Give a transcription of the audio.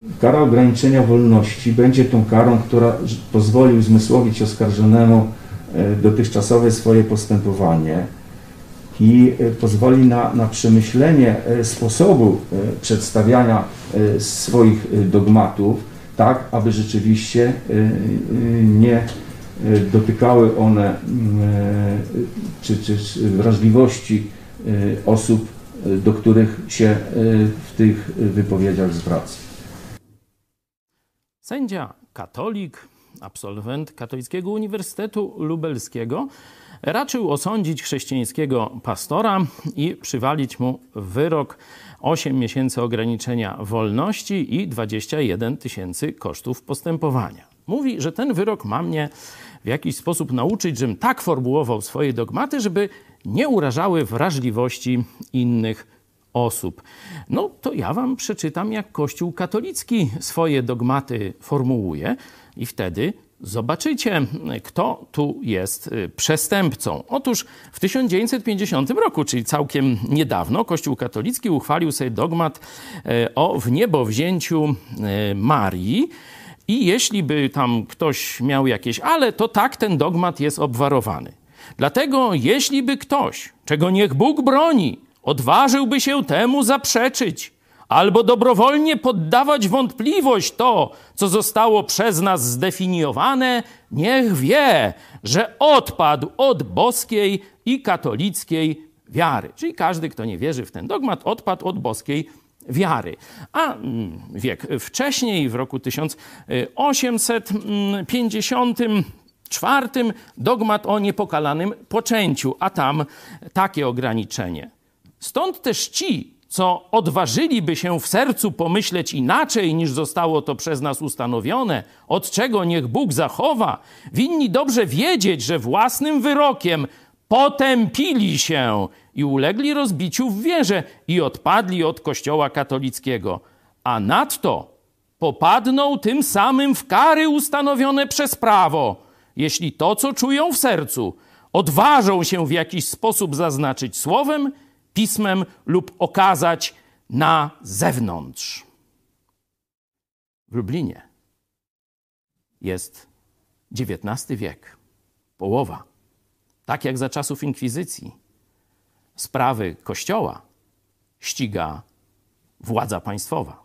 Kara ograniczenia wolności będzie tą karą, która pozwoli uzmysłowić oskarżonemu dotychczasowe swoje postępowanie i pozwoli na przemyślenie sposobu przedstawiania swoich dogmatów, tak aby rzeczywiście nie dotykały one czy wrażliwości osób, do których się w tych wypowiedziach zwraca. Sędzia katolik, absolwent Katolickiego Uniwersytetu Lubelskiego raczył osądzić chrześcijańskiego pastora i przywalić mu wyrok 8 miesięcy ograniczenia wolności i 21 000 kosztów postępowania. Mówi, że ten wyrok ma mnie w jakiś sposób nauczyć, żebym tak formułował swoje dogmaty, żeby nie urażały wrażliwości innych osób. No to ja wam przeczytam, jak Kościół katolicki swoje dogmaty formułuje i wtedy zobaczycie, kto tu jest przestępcą. Otóż w 1950 roku, czyli całkiem niedawno, Kościół katolicki uchwalił sobie dogmat o wniebowzięciu Marii. I jeśli by tam ktoś miał jakieś ale, to tak ten dogmat jest obwarowany. Dlatego jeśli by ktoś, czego niech Bóg broni, odważyłby się temu zaprzeczyć, albo dobrowolnie poddawać wątpliwość to, co zostało przez nas zdefiniowane, niech wie, że odpadł od boskiej i katolickiej wiary. Czyli każdy, kto nie wierzy w ten dogmat, odpadł od boskiej wiary. A wiek wcześniej, w roku 1854, dogmat o niepokalanym poczęciu, a tam takie ograniczenie. Stąd też ci, co odważyliby się w sercu pomyśleć inaczej, niż zostało to przez nas ustanowione, od czego niech Bóg zachowa, winni dobrze wiedzieć, że własnym wyrokiem potępili się i ulegli rozbiciu w wierze i odpadli od Kościoła katolickiego, a nadto popadną tym samym w kary ustanowione przez prawo, jeśli to, co czują w sercu, odważą się w jakiś sposób zaznaczyć słowem, pismem lub okazać na zewnątrz. W Lublinie jest XIX wiek, połowa. Tak jak za czasów inkwizycji. Sprawy Kościoła ściga władza państwowa.